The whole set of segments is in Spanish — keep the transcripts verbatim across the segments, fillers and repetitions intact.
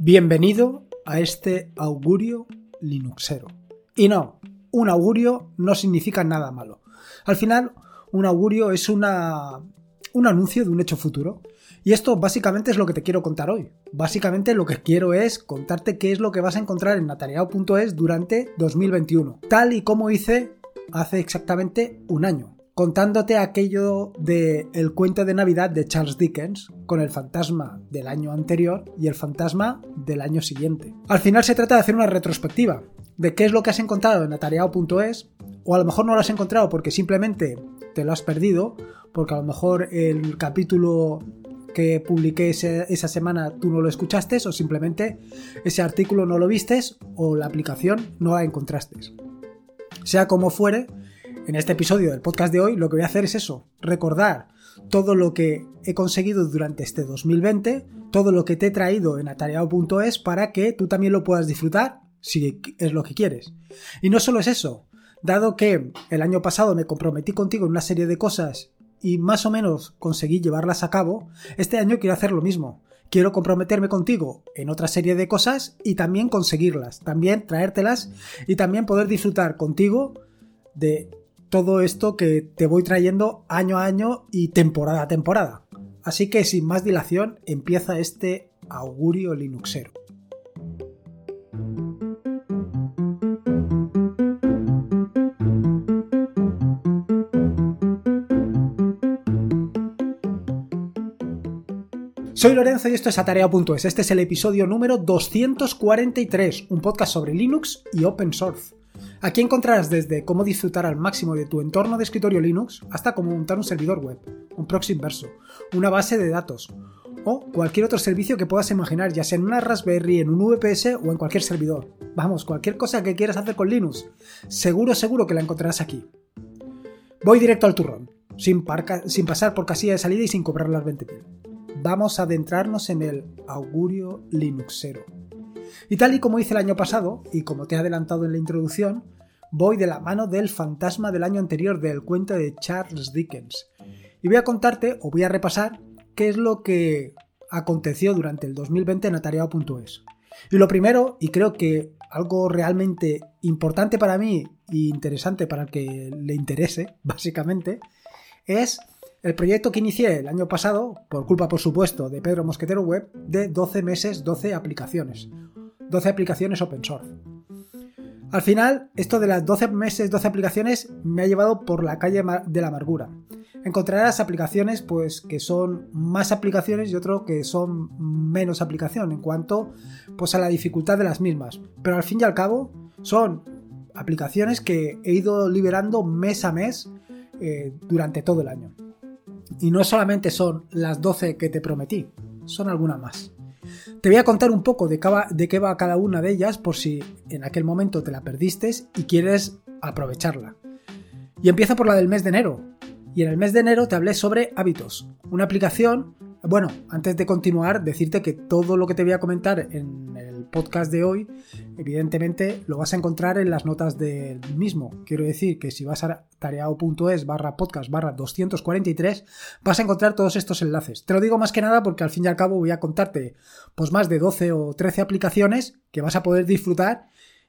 Bienvenido a este augurio linuxero. Y no, un augurio no significa nada malo. Al final, un augurio es una, un anuncio de un hecho futuro. Y esto básicamente es lo que te quiero contar hoy. Básicamente lo que quiero es contarte qué es lo que vas a encontrar en atareado punto es durante dos mil veintiuno. Tal y como hice hace exactamente un año, contándote aquello del cuento de Navidad de Charles Dickens con el fantasma del año anterior y el fantasma del año siguiente. Al final se trata de hacer una retrospectiva de qué es lo que has encontrado en atareado punto es, o a lo mejor no lo has encontrado porque simplemente te lo has perdido, porque a lo mejor el capítulo que publiqué ese, esa semana tú no lo escuchaste, o simplemente ese artículo no lo vistes o la aplicación no la encontraste. Sea como fuere, en este episodio del podcast de hoy lo que voy a hacer es eso, recordar todo lo que he conseguido durante este dos mil veinte, todo lo que te he traído en atareado punto es para que tú también lo puedas disfrutar si es lo que quieres. Y no solo es eso, dado que el año pasado me comprometí contigo en una serie de cosas y más o menos conseguí llevarlas a cabo, este año quiero hacer lo mismo. Quiero comprometerme contigo en otra serie de cosas y también conseguirlas, también traértelas y también poder disfrutar contigo de todo esto que te voy trayendo año a año y temporada a temporada. Así que sin más dilación empieza este augurio linuxero. Soy Lorenzo y esto es atareado punto es. Este es el episodio número doscientos cuarenta y tres, un podcast sobre Linux y Open Source. Aquí encontrarás desde cómo disfrutar al máximo de tu entorno de escritorio Linux hasta cómo montar un servidor web, un proxy inverso, una base de datos o cualquier otro servicio que puedas imaginar, ya sea en una Raspberry, en un V P S o en cualquier servidor. Vamos, cualquier cosa que quieras hacer con Linux, seguro seguro que la encontrarás aquí. Voy directo al turrón, sin, parca, sin pasar por casilla de salida y sin cobrar las veinte mil. Vamos a adentrarnos en el augurio linuxero. Y tal y como hice el año pasado, y como te he adelantado en la introducción, voy de la mano del fantasma del año anterior, del cuento de Charles Dickens. Y voy a contarte, o voy a repasar, qué es lo que aconteció durante el dos mil veinte en atareado punto es. Y lo primero, y creo que algo realmente importante para mí e interesante para el que le interese, básicamente, es el proyecto que inicié el año pasado, por culpa por supuesto de Pedro Mosquetero Web, de doce meses, doce aplicaciones. doce aplicaciones open source. Al final, esto de las doce meses, doce aplicaciones me ha llevado por la calle de la amargura. Encontrarás aplicaciones pues, que son más aplicaciones y otro que son menos aplicación en cuanto pues, a la dificultad de las mismas. Pero al fin y al cabo son aplicaciones que he ido liberando mes a mes eh, durante todo el año. Y no solamente son las doce que te prometí, son algunas más. Te voy a contar un poco de, cada, de qué va cada una de ellas por si en aquel momento te la perdiste y quieres aprovecharla. Y empiezo por la del mes de enero. Y en el mes de enero te hablé sobre Hábitos, una aplicación. Bueno, antes de continuar, decirte que todo lo que te voy a comentar en el podcast de hoy, evidentemente lo vas a encontrar en las notas del mismo. Quiero decir que si vas a atareado punto es barra podcast barra doscientos cuarenta y tres, vas a encontrar todos estos enlaces. Te lo digo más que nada porque al fin y al cabo voy a contarte pues más de doce o trece aplicaciones que vas a poder disfrutar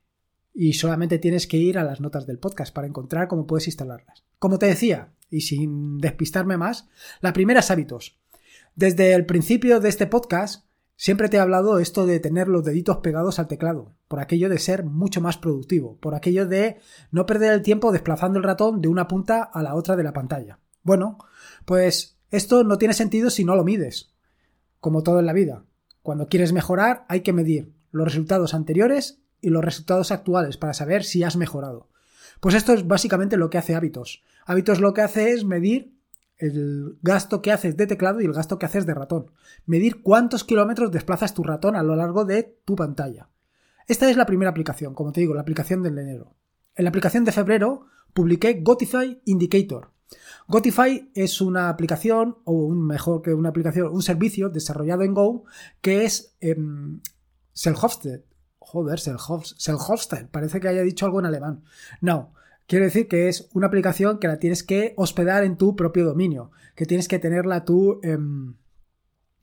y solamente tienes que ir a las notas del podcast para encontrar cómo puedes instalarlas. Como te decía, y sin despistarme más, la primera es Hábitos. Desde el principio de este podcast siempre te he hablado esto de tener los deditos pegados al teclado, por aquello de ser mucho más productivo, por aquello de no perder el tiempo desplazando el ratón de una punta a la otra de la pantalla. Bueno, pues esto no tiene sentido si no lo mides, como todo en la vida. Cuando quieres mejorar hay que medir los resultados anteriores y los resultados actuales para saber si has mejorado. Pues esto es básicamente lo que hace Hábitos. Hábitos lo que hace es medir el gasto que haces de teclado y el gasto que haces de ratón. Medir cuántos kilómetros desplazas tu ratón a lo largo de tu pantalla. Esta es la primera aplicación, como te digo, la aplicación del enero. En la aplicación de febrero publiqué Gotify Indicator. Gotify es una aplicación, o un, mejor que una aplicación, un servicio desarrollado en Go que es eh, self-hosted. Joder, self-hosted. Parece que haya dicho algo en alemán. No. Quiere decir que es una aplicación que la tienes que hospedar en tu propio dominio, que tienes que tenerla tú eh,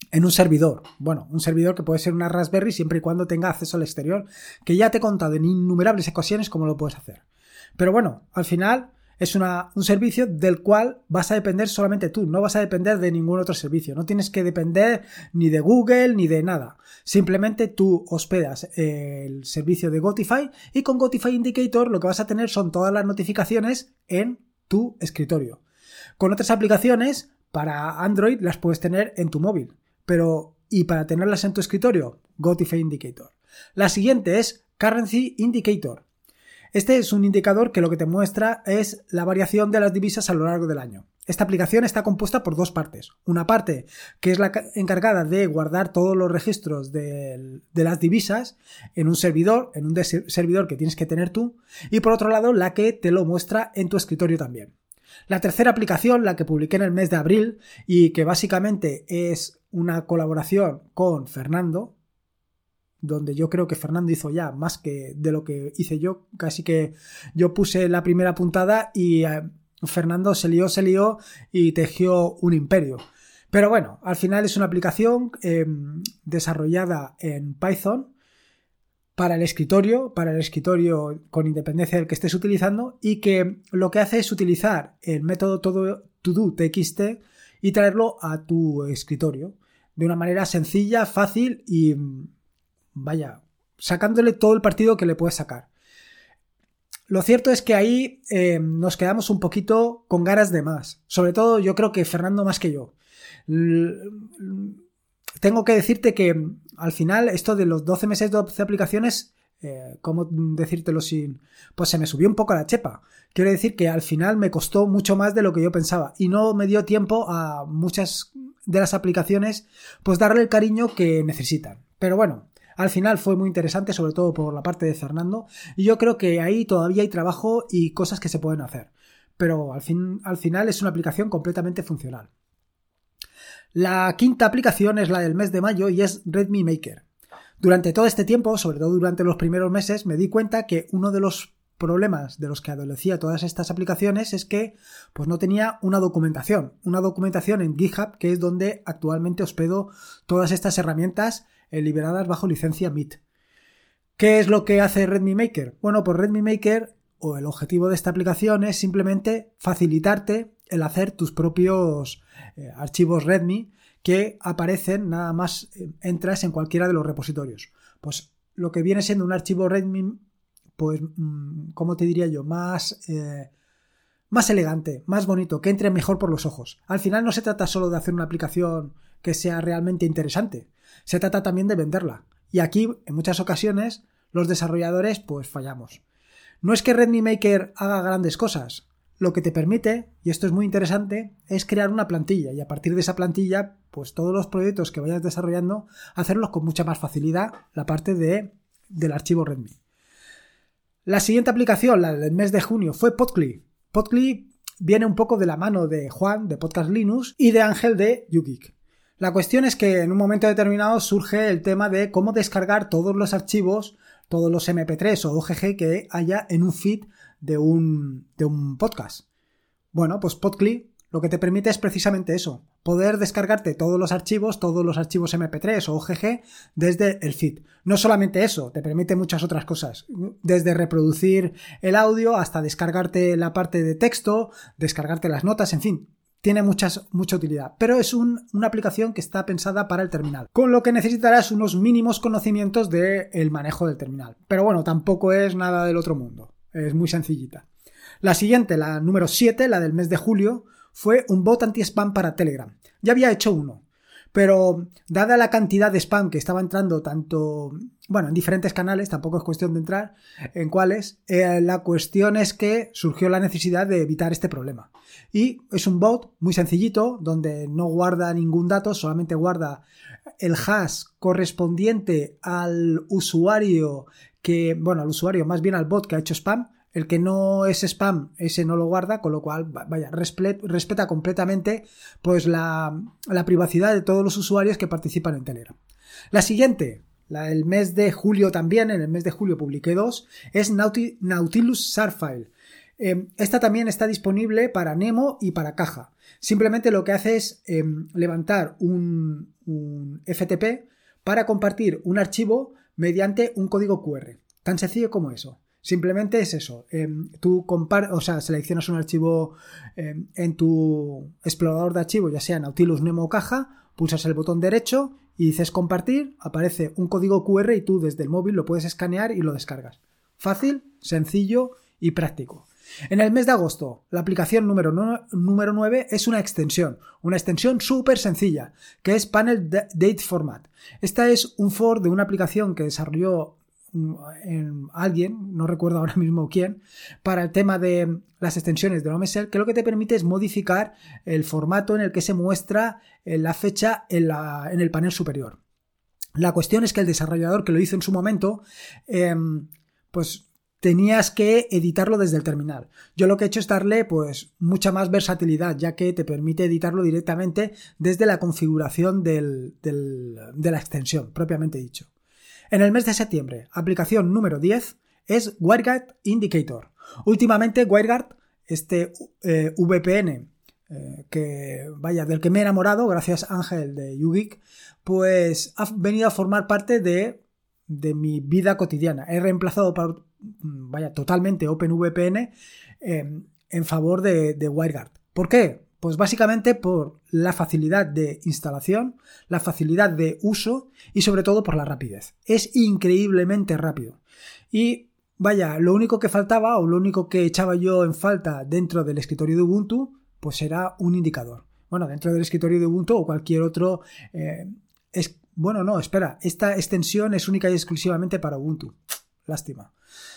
en un servidor. Bueno, un servidor que puede ser una Raspberry siempre y cuando tenga acceso al exterior, que ya te he contado en innumerables ocasiones cómo lo puedes hacer. Pero bueno, al final es una, un servicio del cual vas a depender solamente tú, no vas a depender de ningún otro servicio, no tienes que depender ni de Google ni de nada. Simplemente tú hospedas el servicio de Gotify y con Gotify Indicator lo que vas a tener son todas las notificaciones en tu escritorio. Con otras aplicaciones para Android las puedes tener en tu móvil. Pero, ¿y para tenerlas en tu escritorio? Gotify Indicator. La siguiente es Currency Indicator. Este es un indicador que lo que te muestra es la variación de las divisas a lo largo del año. Esta aplicación está compuesta por dos partes. Una parte que es la encargada de guardar todos los registros de, de las divisas en un servidor, en un servidor que tienes que tener tú, y por otro lado la que te lo muestra en tu escritorio también. La tercera aplicación, la que publiqué en el mes de abril y que básicamente es una colaboración con Fernando, donde yo creo que Fernando hizo ya más que de lo que hice yo, casi que yo puse la primera puntada y eh, Fernando se lió, se lió y tejió un imperio. Pero bueno, al final es una aplicación eh, desarrollada en Python para el escritorio, para el escritorio con independencia del que estés utilizando y que lo que hace es utilizar el método todo-to-do-txt y traerlo a tu escritorio de una manera sencilla, fácil y vaya, sacándole todo el partido que le puedes sacar. Lo cierto es que ahí eh, nos quedamos un poquito con ganas de más. Sobre todo yo creo que Fernando más que yo. L- Tengo que decirte que al final esto de los doce meses, doce aplicaciones, eh, ¿cómo decírtelo sin...? Pues se me subió un poco la chepa. Quiero decir que al final me costó mucho más de lo que yo pensaba y no me dio tiempo a muchas de las aplicaciones pues darle el cariño que necesitan. Pero bueno, al final fue muy interesante, sobre todo por la parte de Fernando, y yo creo que ahí todavía hay trabajo y cosas que se pueden hacer. Pero al, fin, al final es una aplicación completamente funcional. La quinta aplicación es la del mes de mayo y es Redmi Maker. Durante todo este tiempo, sobre todo durante los primeros meses, me di cuenta que uno de los problemas de los que adolecía todas estas aplicaciones es que pues no tenía una documentación, una documentación en GitHub, que es donde actualmente hospedo todas estas herramientas eh, liberadas bajo licencia M I T. ¿Qué es lo que hace Redmi Maker? Bueno, pues Redmi Maker, o el objetivo de esta aplicación es simplemente facilitarte el hacer tus propios eh, archivos Redmi que aparecen nada más eh, entras en cualquiera de los repositorios. Pues lo que viene siendo un archivo Redmi, pues, mmm, ¿cómo te diría yo? Más, eh, más elegante, más bonito, que entre mejor por los ojos. Al final no se trata solo de hacer una aplicación que sea realmente interesante, se trata también de venderla. Y aquí, en muchas ocasiones, los desarrolladores pues fallamos. No es que Redmi Maker haga grandes cosas. Lo que te permite, y esto es muy interesante, es crear una plantilla y a partir de esa plantilla, pues todos los proyectos que vayas desarrollando, hacerlos con mucha más facilidad, la parte de, del archivo Redmi. La siguiente aplicación, la del mes de junio, fue Podly. Podly viene un poco de la mano de Juan, de Podcast Linux, y de Ángel, de YouGeek. La cuestión es que en un momento determinado surge el tema de cómo descargar todos los archivos, todos los eme pe tres o o ge ge que haya en un feed de un, de un podcast. Bueno, pues Podly lo que te permite es precisamente eso, poder descargarte todos los archivos, todos los archivos eme pe tres o o ge ge desde el feed. No solamente eso, te permite muchas otras cosas, desde reproducir el audio hasta descargarte la parte de texto, descargarte las notas, en fin. Tiene muchas, mucha utilidad, pero es un, una aplicación que está pensada para el terminal, con lo que necesitarás unos mínimos conocimientos del manejo del terminal. Pero bueno, tampoco es nada del otro mundo, es muy sencillita. La siguiente, la número siete, la del mes de julio, fue un bot anti-spam para Telegram. Ya había hecho uno, pero dada la cantidad de spam que estaba entrando tanto, bueno, en diferentes canales, tampoco es cuestión de entrar en cuáles, eh, la cuestión es que surgió la necesidad de evitar este problema. Y es un bot muy sencillito, donde no guarda ningún dato, solamente guarda el hash correspondiente al usuario que, bueno, al usuario, más bien al bot que ha hecho spam. El que no es spam, ese no lo guarda, con lo cual, vaya, respeta completamente pues la, la privacidad de todos los usuarios que participan en Telegram. La siguiente, la del mes de julio también, en el mes de julio publiqué dos, es Nautilus Shardfile. Eh, esta también está disponible para Nemo y para Caja. Simplemente lo que hace es eh, levantar un, un F T P para compartir un archivo mediante un código cu erre. Tan sencillo como eso. Simplemente es eso. Eh, tú compar- o sea, seleccionas un archivo eh, en tu explorador de archivos, ya sea Nautilus, Nemo o Caja, pulsas el botón derecho y dices compartir, aparece un código cu erre y tú desde el móvil lo puedes escanear y lo descargas. Fácil, sencillo y práctico. En el mes de agosto, la aplicación número, no, número nueve es una extensión, una extensión súper sencilla, que es Panel Date Format. Esta es un for de una aplicación que desarrolló en alguien, no recuerdo ahora mismo quién, para el tema de las extensiones de NoMesel, que lo que te permite es modificar el formato en el que se muestra la fecha en, la, en el panel superior. La cuestión es que el desarrollador que lo hizo en su momento, eh, pues tenías que editarlo desde el terminal. Yo lo que he hecho es darle pues mucha más versatilidad, ya que te permite editarlo directamente desde la configuración del, del, de la extensión, propiamente dicho. En el mes de septiembre, aplicación número diez es WireGuard Indicator. Últimamente WireGuard, este eh, V P N eh, que vaya del que me he enamorado gracias a Ángel de YouGeek, pues ha venido a formar parte de, de mi vida cotidiana. He reemplazado por vaya, totalmente OpenVPN eh, en favor de, de WireGuard. ¿Por qué? Pues básicamente por la facilidad de instalación, la facilidad de uso y sobre todo por la rapidez. Es increíblemente rápido. Y vaya, lo único que faltaba o lo único que echaba yo en falta dentro del escritorio de Ubuntu, pues era un indicador. Bueno, dentro del escritorio de Ubuntu o cualquier otro... Eh, es, bueno, no, espera, esta extensión es única y exclusivamente para Ubuntu. Lástima.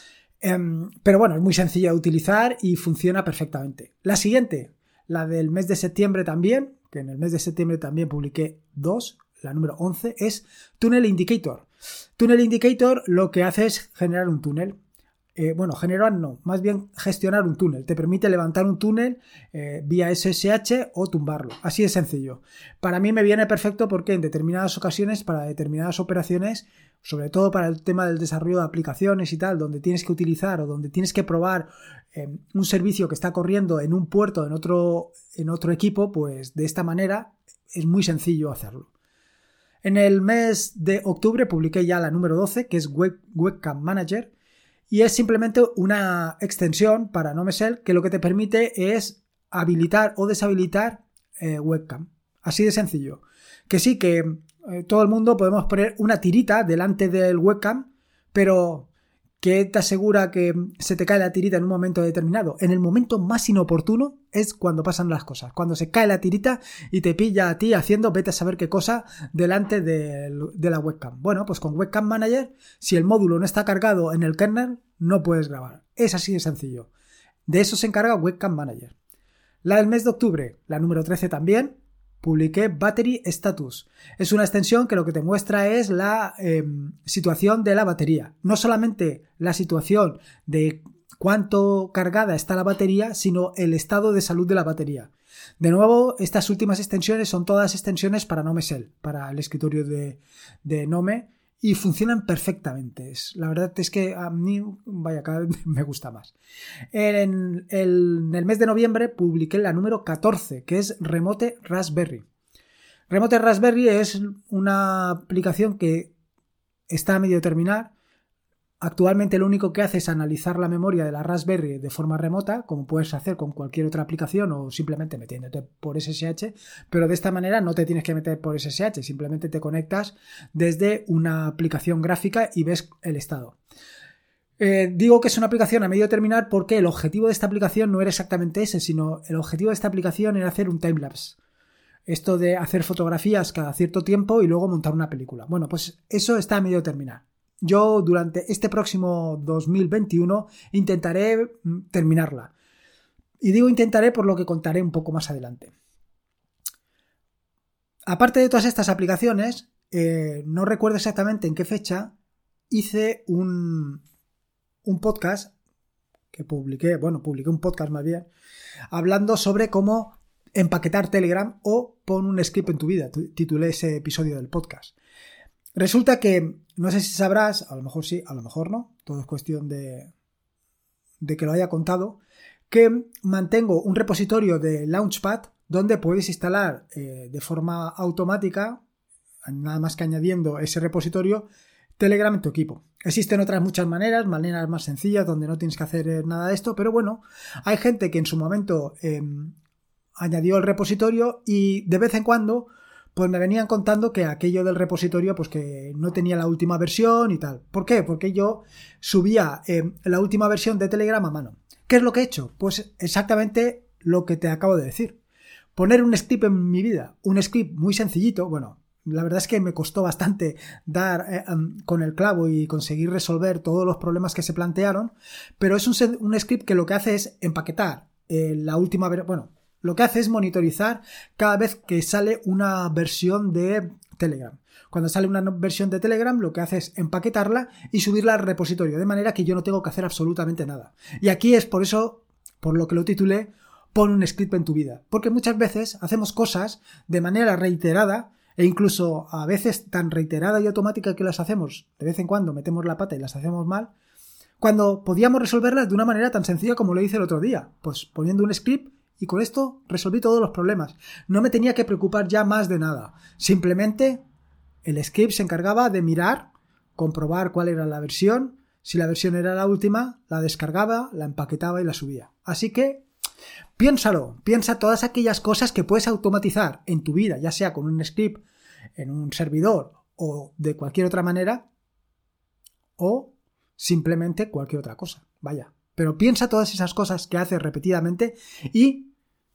Um, pero bueno, es muy sencilla de utilizar y funciona perfectamente. La siguiente, la del mes de septiembre también, que en el mes de septiembre también publiqué dos, la número once, es Tunnel Indicator. Tunnel Indicator lo que hace es generar un túnel. Eh, bueno, generar no, más bien gestionar un túnel. Te permite levantar un túnel eh, vía ese ese hache o tumbarlo. Así de sencillo. Para mí me viene perfecto porque en determinadas ocasiones, para determinadas operaciones, sobre todo para el tema del desarrollo de aplicaciones y tal, donde tienes que utilizar o donde tienes que probar eh, un servicio que está corriendo en un puerto, en otro, en otro equipo, pues de esta manera es muy sencillo hacerlo. En el mes de octubre publiqué ya la número doce, que es Web, Webcam Manager, y es simplemente una extensión para NoMesel que lo que te permite es habilitar o deshabilitar eh, webcam. Así de sencillo. Que sí, que eh, todo el mundo podemos poner una tirita delante del webcam, pero ¿qué te asegura que se te cae la tirita en un momento determinado? En el momento más inoportuno es cuando pasan las cosas. Cuando se cae la tirita y te pilla a ti haciendo vete a saber qué cosa delante de, de la webcam. Bueno, pues con Webcam Manager, si el módulo no está cargado en el kernel, no puedes grabar. Es así de sencillo. De eso se encarga Webcam Manager. La del mes de octubre, la número trece también, publiqué Battery Status. Es una extensión que lo que te muestra es la eh, situación de la batería. No solamente la situación de cuánto cargada está la batería, sino el estado de salud de la batería. De nuevo, estas últimas extensiones son todas extensiones para NoMesel, para el escritorio de, de Nome, y funcionan perfectamente. La verdad es que a mí, vaya, cada vez me gusta más. En el, en el mes de noviembre publiqué la número catorce, que es Remote Raspberry. Remote Raspberry es una aplicación que está a medio terminar. Actualmente lo único que hace es analizar la memoria de la Raspberry de forma remota, como puedes hacer con cualquier otra aplicación o simplemente metiéndote por ese ese hache, pero de esta manera no te tienes que meter por ese ese hache, simplemente te conectas desde una aplicación gráfica y ves el estado. Eh, digo que es una aplicación a medio terminar porque el objetivo de esta aplicación no era exactamente ese, sino el objetivo de esta aplicación era hacer un timelapse. Esto de hacer fotografías cada cierto tiempo y luego montar una película. Bueno, pues eso está a medio terminar. Yo durante este próximo dos mil veintiuno intentaré terminarla. Y digo intentaré por lo que contaré un poco más adelante. Aparte de todas estas aplicaciones, eh, no recuerdo exactamente en qué fecha, hice un, un podcast que publiqué, bueno, publiqué un podcast más bien, hablando sobre cómo empaquetar Telegram o pon un script en tu vida. Titulé ese episodio del podcast. Resulta que, no sé si sabrás, a lo mejor sí, a lo mejor no, todo es cuestión de, de que lo haya contado, que mantengo un repositorio de Launchpad donde puedes instalar eh, de forma automática, nada más que añadiendo ese repositorio, Telegram en tu equipo. Existen otras muchas maneras, maneras más sencillas donde no tienes que hacer nada de esto, pero bueno, hay gente que en su momento eh, añadió el repositorio y de vez en cuando pues me venían contando que aquello del repositorio pues que no tenía la última versión y tal. ¿Por qué? Porque yo subía eh, la última versión de Telegram a mano. ¿Qué es lo que he hecho? Pues exactamente lo que te acabo de decir. Poner un script en mi vida, un script muy sencillito, bueno, la verdad es que me costó bastante dar eh, um, con el clavo y conseguir resolver todos los problemas que se plantearon, pero es un, un script que lo que hace es empaquetar eh, la última versión, bueno, lo que hace es monitorizar cada vez que sale una versión de Telegram. Cuando sale una versión de Telegram, lo que hace es empaquetarla y subirla al repositorio, de manera que yo no tengo que hacer absolutamente nada. Y aquí es por eso, por lo que lo titulé, pon un script en tu vida. Porque muchas veces hacemos cosas de manera reiterada e incluso a veces tan reiterada y automática que las hacemos, de vez en cuando metemos la pata y las hacemos mal, cuando podíamos resolverlas de una manera tan sencilla como lo hice el otro día, pues poniendo un script. Y con esto resolví todos los problemas. No me tenía que preocupar ya más de nada. Simplemente el script se encargaba de mirar, comprobar cuál era la versión. Si la versión era la última, la descargaba, la empaquetaba y la subía. Así que piénsalo. Piensa todas aquellas cosas que puedes automatizar en tu vida, ya sea con un script, en un servidor o de cualquier otra manera, o simplemente cualquier otra cosa. Vaya. Pero piensa todas esas cosas que haces repetidamente y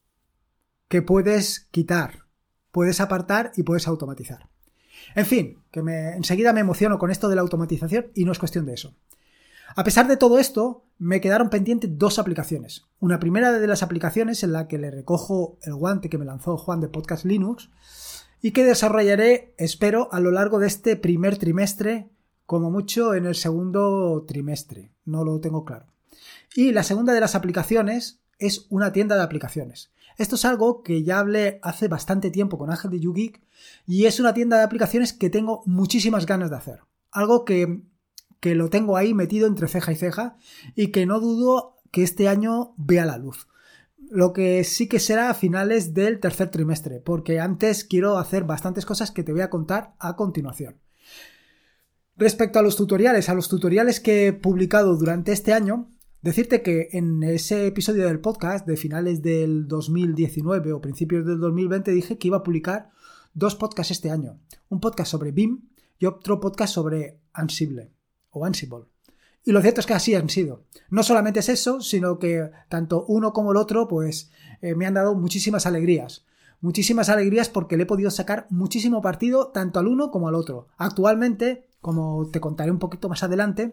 que puedes quitar, puedes apartar y puedes automatizar. En fin, que me, enseguida me emociono con esto de la automatización y no es cuestión de eso. A pesar de todo esto, me quedaron pendientes dos aplicaciones. Una primera de las aplicaciones en la que le recojo el guante que me lanzó Juan de Podcast Linux y que desarrollaré, espero, a lo largo de este primer trimestre, como mucho en el segundo trimestre. No lo tengo claro. Y la segunda de las aplicaciones es una tienda de aplicaciones. Esto es algo que ya hablé hace bastante tiempo con Ángel de YouGeek y es una tienda de aplicaciones que tengo muchísimas ganas de hacer. Algo que, que lo tengo ahí metido entre ceja y ceja y que no dudo que este año vea la luz. Lo que sí que será a finales del tercer trimestre, porque antes quiero hacer bastantes cosas que te voy a contar a continuación. Respecto a los tutoriales, a los tutoriales que he publicado durante este año, decirte que en ese episodio del podcast de finales del dos mil diecinueve o principios del dos mil veinte dije que iba a publicar dos podcasts este año. Un podcast sobre Vim y otro podcast sobre Ansible o Ansible. Y lo cierto es que así han sido. No solamente es eso, sino que tanto uno como el otro pues eh, me han dado muchísimas alegrías. Muchísimas alegrías porque le he podido sacar muchísimo partido tanto al uno como al otro. Actualmente, como te contaré un poquito más adelante,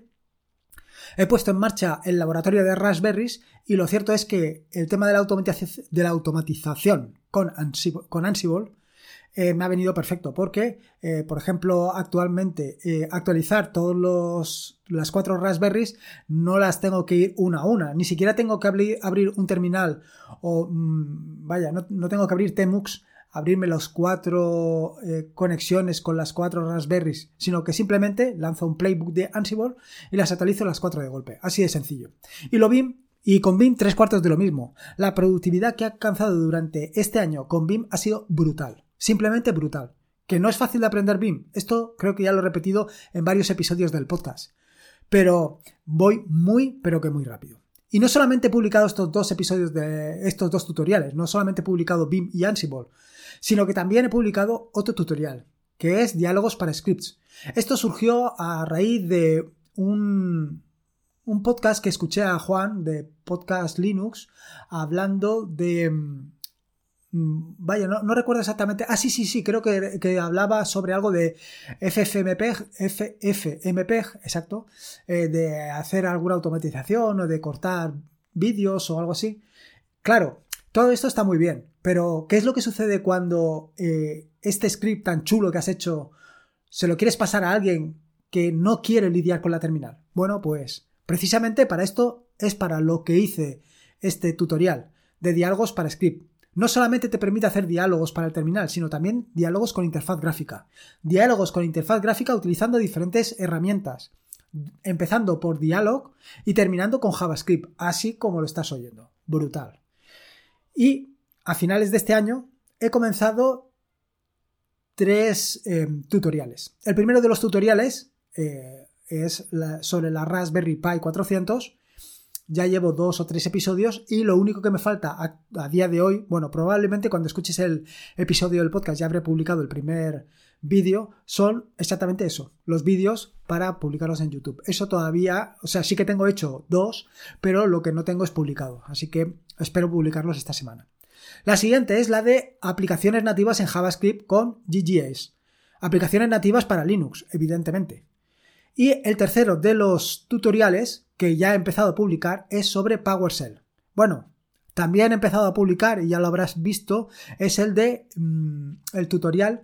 he puesto en marcha el laboratorio de Raspberries y lo cierto es que el tema de la automatización, de la automatización con Ansible, con Ansible eh, me ha venido perfecto porque, eh, por ejemplo, actualmente eh, actualizar todos los las cuatro Raspberries no las tengo que ir una a una, ni siquiera tengo que abrir, abrir un terminal o mmm, vaya, no, no tengo que abrir Tmux, abrirme las cuatro eh, conexiones con las cuatro Raspberries, sino que simplemente lanzo un playbook de Ansible y las actualizo las cuatro de golpe. Así de sencillo. Y lo Vim, y con Vim tres cuartos de lo mismo. La productividad que he alcanzado durante este año con Vim ha sido brutal. Simplemente brutal. Que no es fácil de aprender Vim. Esto creo que ya lo he repetido en varios episodios del podcast. Pero voy muy, pero que muy rápido. Y no solamente he publicado estos dos episodios de estos dos tutoriales, no solamente he publicado Vim y Ansible, sino que también he publicado otro tutorial, que es Diálogos para Scripts. Esto surgió a raíz de un, un podcast que escuché a Juan de Podcast Linux hablando de... Vaya, no, no recuerdo exactamente. Ah, sí, sí, sí, creo que, que hablaba sobre algo de F F M P E G, F F M P E G, exacto, eh, de hacer alguna automatización o de cortar vídeos o algo así. Claro, todo esto está muy bien, pero ¿qué es lo que sucede cuando eh, este script tan chulo que has hecho se lo quieres pasar a alguien que no quiere lidiar con la terminal? Bueno, pues precisamente para esto es para lo que hice este tutorial de diálogos para script. No solamente te permite hacer diálogos para el terminal, sino también diálogos con interfaz gráfica. Diálogos con interfaz gráfica utilizando diferentes herramientas, empezando por Dialog y terminando con JavaScript, así como lo estás oyendo. brutal. Y a finales de este año he comenzado tres eh, tutoriales. El primero de los tutoriales eh, es la, sobre la Raspberry Pi cuatrocientos. Ya llevo dos o tres episodios y lo único que me falta a, a día de hoy, bueno, probablemente cuando escuches el episodio del podcast ya habré publicado el primer vídeo, son exactamente eso, los vídeos para publicarlos en YouTube. Eso todavía, o sea, sí que tengo hecho dos, pero lo que no tengo es publicado, así que espero publicarlos esta semana. La siguiente es la de aplicaciones nativas en JavaScript con G G Ace. Aplicaciones nativas para Linux, evidentemente. Y el tercero de los tutoriales que ya he empezado a publicar es sobre PowerShell. Bueno, también he empezado a publicar, y ya lo habrás visto, es el de mmm, el tutorial.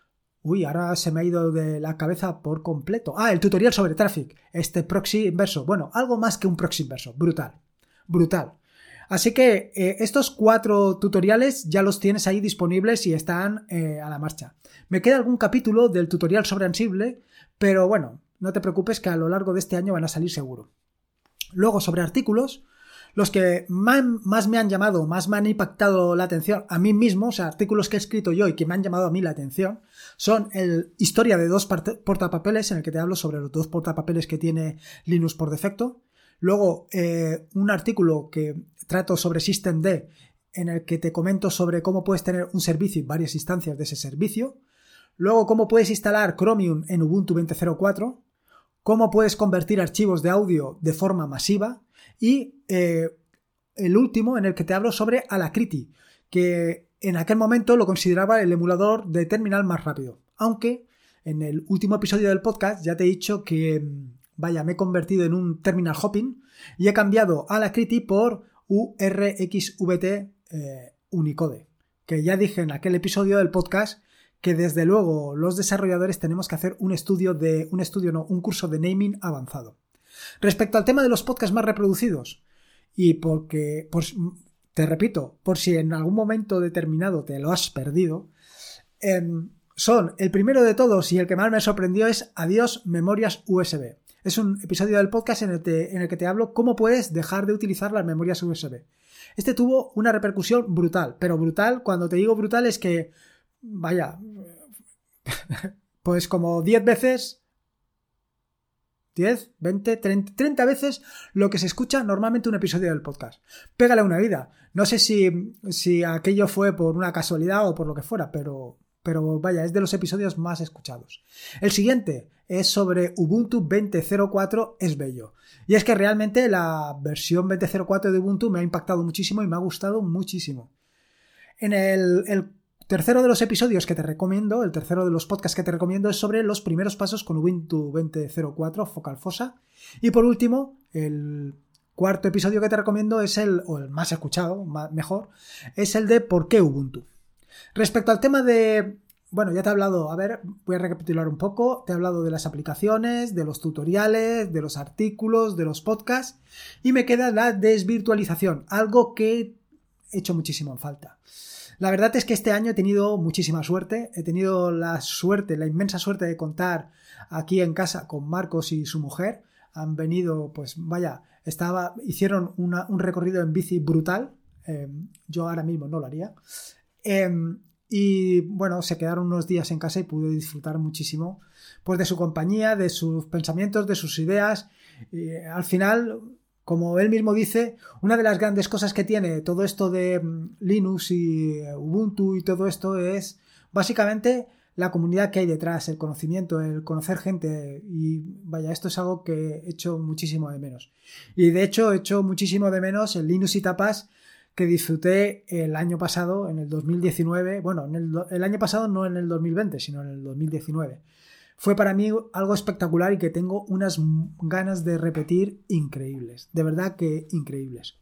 Uy, ahora se me ha ido de la cabeza por completo. Ah, el tutorial sobre Traffic, este proxy inverso. Bueno, algo más que un proxy inverso. Brutal, brutal. Así que eh, estos cuatro tutoriales ya los tienes ahí disponibles y están eh, a la marcha. Me queda algún capítulo del tutorial sobre Ansible, pero bueno, no te preocupes que a lo largo de este año van a salir seguro. Luego, sobre artículos, los que más, más me han llamado, más me han impactado la atención a mí mismo, o sea, artículos que he escrito yo y que me han llamado a mí la atención, son el Historia de dos portapapeles, en el que te hablo sobre los dos portapapeles que tiene Linux por defecto. Luego, eh, un artículo que trato sobre Systemd, en el que te comento sobre cómo puedes tener un servicio y varias instancias de ese servicio. Luego, cómo puedes instalar Chromium en Ubuntu veinte cero cuatro. Cómo puedes convertir archivos de audio de forma masiva. Y eh, el último, en el que te hablo sobre Alacrity, que en aquel momento lo consideraba el emulador de terminal más rápido. Aunque en el último episodio del podcast ya te he dicho que, vaya, me he convertido en un terminal hopping y he cambiado Alacrity por U R X V T eh, Unicode, que ya dije en aquel episodio del podcast que desde luego los desarrolladores tenemos que hacer un estudio de, un estudio no, un curso de naming avanzado. Respecto al tema de los podcasts más reproducidos, y porque, por, te repito, por si en algún momento determinado te lo has perdido, eh, son el primero de todos y el que más me sorprendió es Adiós Memorias U S B. Es un episodio del podcast en el, te, en el que te hablo cómo puedes dejar de utilizar las memorias U S B. Este tuvo una repercusión brutal, pero brutal, cuando te digo brutal es que, vaya, pues como diez veces, diez, veinte, treinta, treinta veces lo que se escucha normalmente un episodio del podcast. Pégale una vida. No sé si, si aquello fue por una casualidad o por lo que fuera, pero, pero vaya, es de los episodios más escuchados. El siguiente es sobre Ubuntu veinte cero cuatro, es bello. Y es que realmente la versión veinte cero cuatro de Ubuntu me ha impactado muchísimo y me ha gustado muchísimo. En el, el tercero de los episodios que te recomiendo, el tercero de los podcasts que te recomiendo es sobre los primeros pasos con Ubuntu veinte cero cuatro, Focal Fossa. Y por último, el cuarto episodio que te recomiendo es el, o el más escuchado, más, mejor, es el de ¿Por qué Ubuntu? Respecto al tema de, bueno, ya te he hablado, a ver, voy a recapitular un poco, te he hablado de las aplicaciones, de los tutoriales, de los artículos, de los podcasts, y me queda la desvirtualización, algo que he hecho muchísimo en falta. La verdad es que este año he tenido muchísima suerte, he tenido la suerte, la inmensa suerte de contar aquí en casa con Marcos y su mujer. Han venido, pues vaya, estaba, hicieron una, un recorrido en bici brutal, eh, yo ahora mismo no lo haría, eh, y bueno, se quedaron unos días en casa y pude disfrutar muchísimo pues de su compañía, de sus pensamientos, de sus ideas, y al final, como él mismo dice, una de las grandes cosas que tiene todo esto de Linux y Ubuntu y todo esto es básicamente la comunidad que hay detrás, el conocimiento, el conocer gente, y vaya, esto es algo que he hecho muchísimo de menos. Y de hecho he hecho muchísimo de menos el Linux y Tapas que disfruté el año pasado, en el dos mil diecinueve, bueno, en el, el año pasado no en el dos mil veinte, sino en el dos mil diecinueve. Fue para mí algo espectacular y que tengo unas ganas de repetir increíbles, de verdad que increíbles.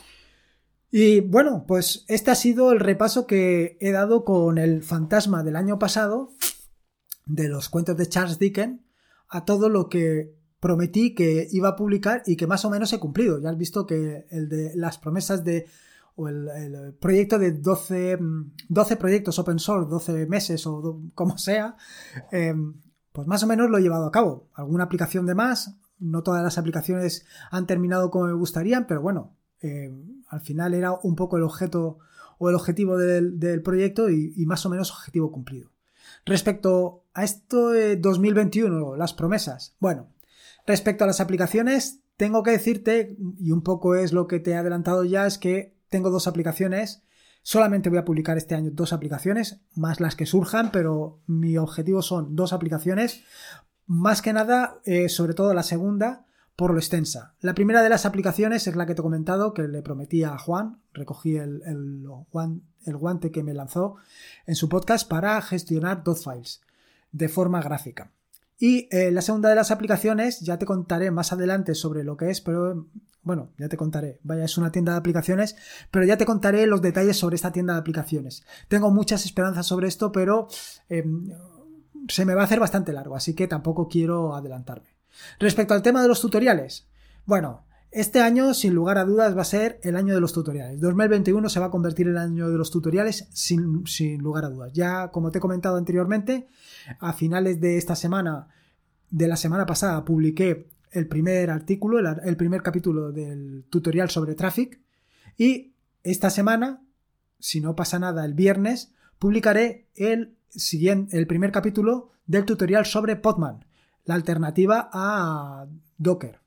Y bueno, pues este ha sido el repaso que he dado con el fantasma del año pasado, de los cuentos de Charles Dickens, a todo lo que prometí que iba a publicar y que más o menos he cumplido. Ya has visto que el de las promesas de, o el, el proyecto de doce, doce proyectos open source, doce meses o do, como sea, eh, pues más o menos lo he llevado a cabo. Alguna aplicación de más, no todas las aplicaciones han terminado como me gustarían, pero bueno, Eh, al final era un poco el objeto o el objetivo del, del proyecto y, y más o menos objetivo cumplido. Respecto a esto de dos mil veintiuno, las promesas. Bueno, respecto a las aplicaciones, tengo que decirte, y un poco es lo que te he adelantado ya, es que tengo dos aplicaciones. Solamente voy a publicar este año dos aplicaciones, más las que surjan, pero mi objetivo son dos aplicaciones. Más que nada, eh, sobre todo la segunda, por lo extensa. La primera de las aplicaciones es la que te he comentado, que le prometí a Juan. Recogí el, el, el guante que me lanzó en su podcast para gestionar dot files de forma gráfica. Y eh, la segunda de las aplicaciones, ya te contaré más adelante sobre lo que es, pero bueno, ya te contaré. Vaya, es una tienda de aplicaciones, pero ya te contaré los detalles sobre esta tienda de aplicaciones. Tengo muchas esperanzas sobre esto, pero eh, se me va a hacer bastante largo, así que tampoco quiero adelantarme. Respecto al tema de los tutoriales, bueno, este año sin lugar a dudas va a ser el año de los tutoriales. dos mil veintiuno se va a convertir en el año de los tutoriales sin, sin lugar a dudas. Ya, como te he comentado anteriormente, a finales de esta semana, de la semana pasada, publiqué el primer artículo, el, el primer capítulo del tutorial sobre Traffic, y esta semana, si no pasa nada, el viernes, publicaré el, siguiente, el primer capítulo del tutorial sobre Podman, la alternativa a Docker.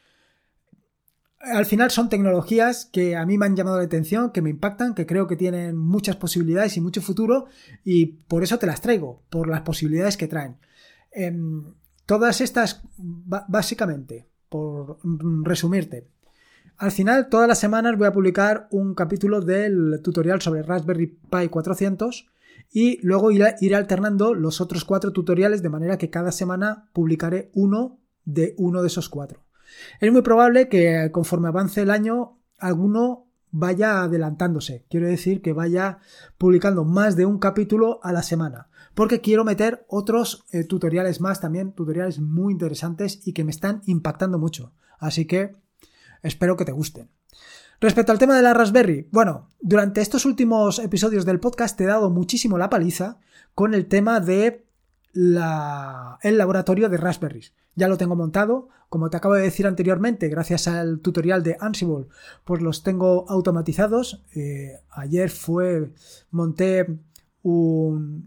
Al final son tecnologías que a mí me han llamado la atención, que me impactan, que creo que tienen muchas posibilidades y mucho futuro, y por eso te las traigo, por las posibilidades que traen. Eh, todas estas, básicamente, por resumirte, al final todas las semanas voy a publicar un capítulo del tutorial sobre Raspberry Pi cuatrocientos y luego iré, iré alternando los otros cuatro tutoriales, de manera que cada semana publicaré uno de uno de esos cuatro. Es muy probable que conforme avance el año alguno vaya adelantándose. Quiero decir que vaya publicando más de un capítulo a la semana, porque quiero meter otros eh, tutoriales más también, tutoriales muy interesantes y que me están impactando mucho. Así que espero que te gusten. Respecto al tema de la Raspberry, bueno, durante estos últimos episodios del podcast te he dado muchísimo la paliza con el tema de la, el laboratorio de Raspberries. Ya lo tengo montado, como te acabo de decir anteriormente, gracias al tutorial de Ansible, pues los tengo automatizados. Eh, ayer fue, monté un,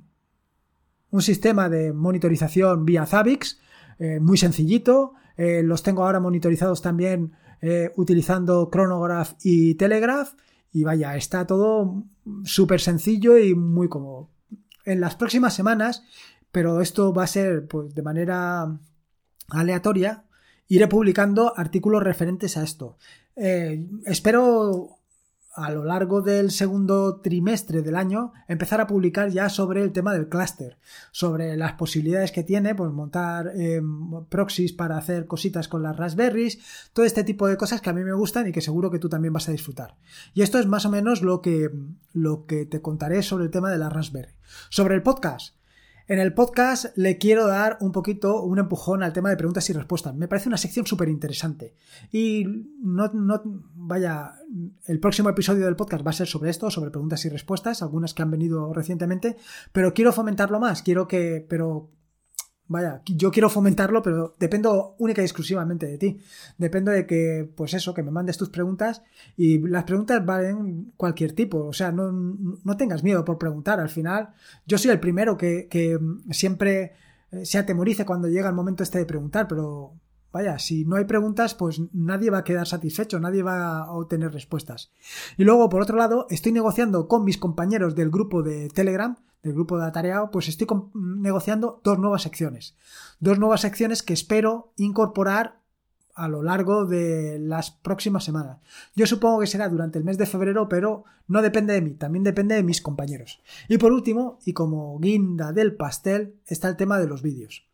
un sistema de monitorización vía Zabbix, eh, muy sencillito. Eh, los tengo ahora monitorizados también eh, utilizando Chronograph y Telegraph, y vaya, está todo súper sencillo y muy cómodo. En las próximas semanas, pero esto va a ser pues de manera aleatoria, iré publicando artículos referentes a esto. Eh, espero a lo largo del segundo trimestre del año empezar a publicar ya sobre el tema del clúster, sobre las posibilidades que tiene, pues montar eh, proxies para hacer cositas con las Raspberries, todo este tipo de cosas que a mí me gustan y que seguro que tú también vas a disfrutar. Y esto es más o menos lo que, lo que te contaré sobre el tema de la Raspberry. Sobre el podcast. En el podcast le quiero dar un poquito, un empujón al tema de preguntas y respuestas. Me parece una sección súper interesante. Y no, no, vaya, el próximo episodio del podcast va a ser sobre esto, sobre preguntas y respuestas, algunas que han venido recientemente, pero quiero fomentarlo más, quiero que, pero... Vaya, yo quiero fomentarlo, pero dependo única y exclusivamente de ti. Dependo de que, pues eso, que me mandes tus preguntas, y las preguntas valen cualquier tipo. O sea, no, no tengas miedo por preguntar. Al final, yo soy el primero que, que siempre se atemorice cuando llega el momento este de preguntar, pero vaya, si no hay preguntas, pues nadie va a quedar satisfecho, nadie va a obtener respuestas. Y luego, por otro lado, estoy negociando con mis compañeros del grupo de Telegram, del grupo de Atareado, pues estoy negociando dos nuevas secciones. Dos nuevas secciones que espero incorporar a lo largo de las próximas semanas. Yo supongo que será durante el mes de febrero, pero no depende de mí, también depende de mis compañeros. Y por último, y como guinda del pastel, está el tema de los vídeos.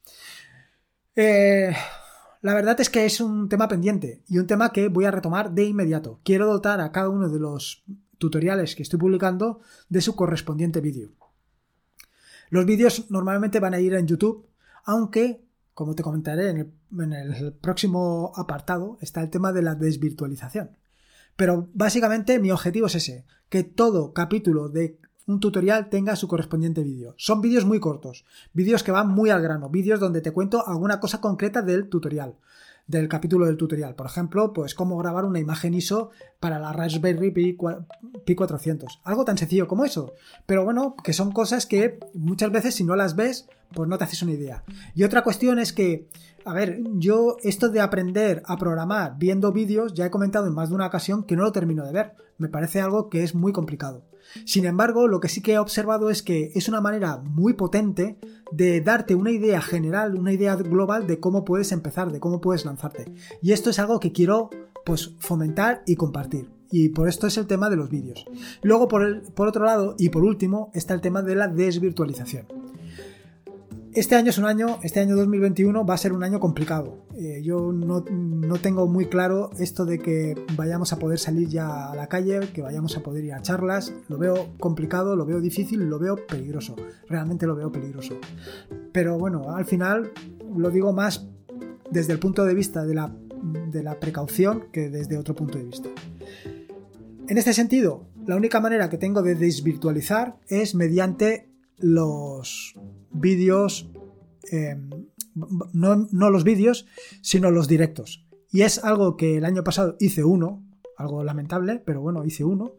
Eh... La verdad es que es un tema pendiente y un tema que voy a retomar de inmediato. Quiero dotar a cada uno de los tutoriales que estoy publicando de su correspondiente vídeo. Los vídeos normalmente van a ir en YouTube, aunque, como te comentaré en el, en el próximo apartado, está el tema de la desvirtualización. Pero básicamente mi objetivo es ese, que todo capítulo de un tutorial tenga su correspondiente vídeo. Son vídeos muy cortos, vídeos que van muy al grano, vídeos donde te cuento alguna cosa concreta del tutorial. del capítulo del tutorial. Por ejemplo, pues cómo grabar una imagen I S O para la Raspberry Pi cuatrocientos. Algo tan sencillo como eso. Pero bueno, que son cosas que muchas veces si no las ves, pues no te haces una idea. Y otra cuestión es que, a ver, yo esto de aprender a programar viendo vídeos, ya he comentado en más de una ocasión que no lo termino de ver. Me parece algo que es muy complicado. Sin embargo, lo que sí que he observado es que es una manera muy potente de darte una idea general, una idea global de cómo puedes empezar, de cómo puedes lanzarte. Y esto es algo que quiero pues fomentar y compartir. Y por esto es el tema de los vídeos. Luego, por, el, por otro lado, y por último, está el tema de la desvirtualización. Este año es un año, este año dos mil veintiuno va a ser un año complicado. Eh, yo no, no tengo muy claro esto de que vayamos a poder salir ya a la calle, que vayamos a poder ir a charlas. Lo veo complicado, lo veo difícil, lo veo peligroso. Realmente lo veo peligroso. Pero bueno, al final lo digo más desde el punto de vista de la, de la precaución que desde otro punto de vista. En este sentido, la única manera que tengo de desvirtualizar es mediante los vídeos, eh, no, no los vídeos, sino los directos. Y es algo que el año pasado hice uno, algo lamentable, pero bueno, hice uno.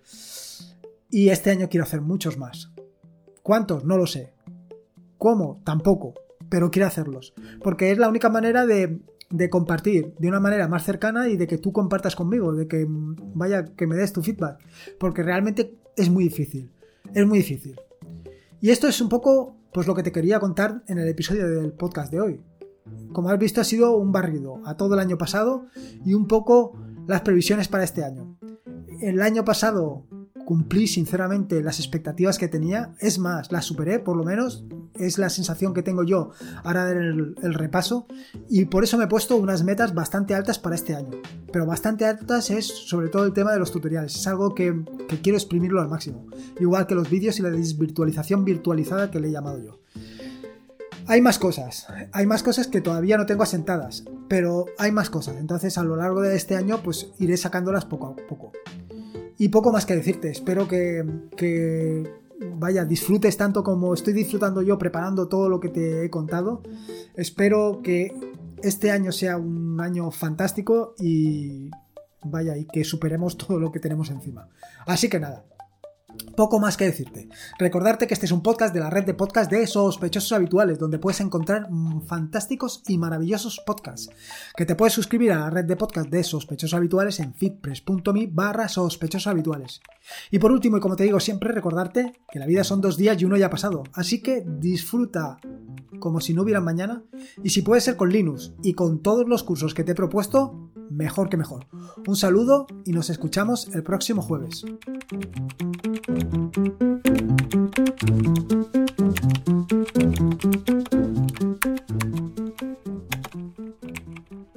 Y este año quiero hacer muchos más. ¿Cuántos? No lo sé. ¿Cómo? Tampoco. Pero quiero hacerlos. Porque es la única manera de, de compartir de una manera más cercana y de que tú compartas conmigo, de que vaya, que me des tu feedback. Porque realmente es muy difícil. Es muy difícil. Y esto es un poco pues lo que te quería contar en el episodio del podcast de hoy. Como has visto, ha sido un barrido a todo el año pasado y un poco las previsiones para este año. El año pasado cumplí sinceramente las expectativas que tenía, es más, las superé, por lo menos es la sensación que tengo yo ahora del el repaso, y por eso me he puesto unas metas bastante altas para este año. Pero bastante altas es sobre todo el tema de los tutoriales, es algo que, que quiero exprimirlo al máximo, igual que los vídeos y la desvirtualización virtualizada que le he llamado yo. Hay más cosas, hay más cosas que todavía no tengo asentadas, pero hay más cosas, entonces a lo largo de este año pues iré sacándolas poco a poco. Y poco más que decirte, espero que, que vaya, disfrutes tanto como estoy disfrutando yo preparando todo lo que te he contado. Espero que este año sea un año fantástico y vaya, y que superemos todo lo que tenemos encima. Así que nada. Poco más que decirte. Recordarte que este es un podcast de la red de podcast de Sospechosos Habituales, donde puedes encontrar fantásticos y maravillosos podcasts. Que te puedes suscribir a la red de podcast de Sospechosos Habituales en feedpress.me barra sospechosos habituales. Y por último, y como te digo siempre, recordarte que la vida son dos días y uno ya ha pasado. Así que disfruta como si no hubiera mañana, y si puede ser con Linux y con todos los cursos que te he propuesto, mejor que mejor. Un saludo y nos escuchamos el próximo jueves. Thank you.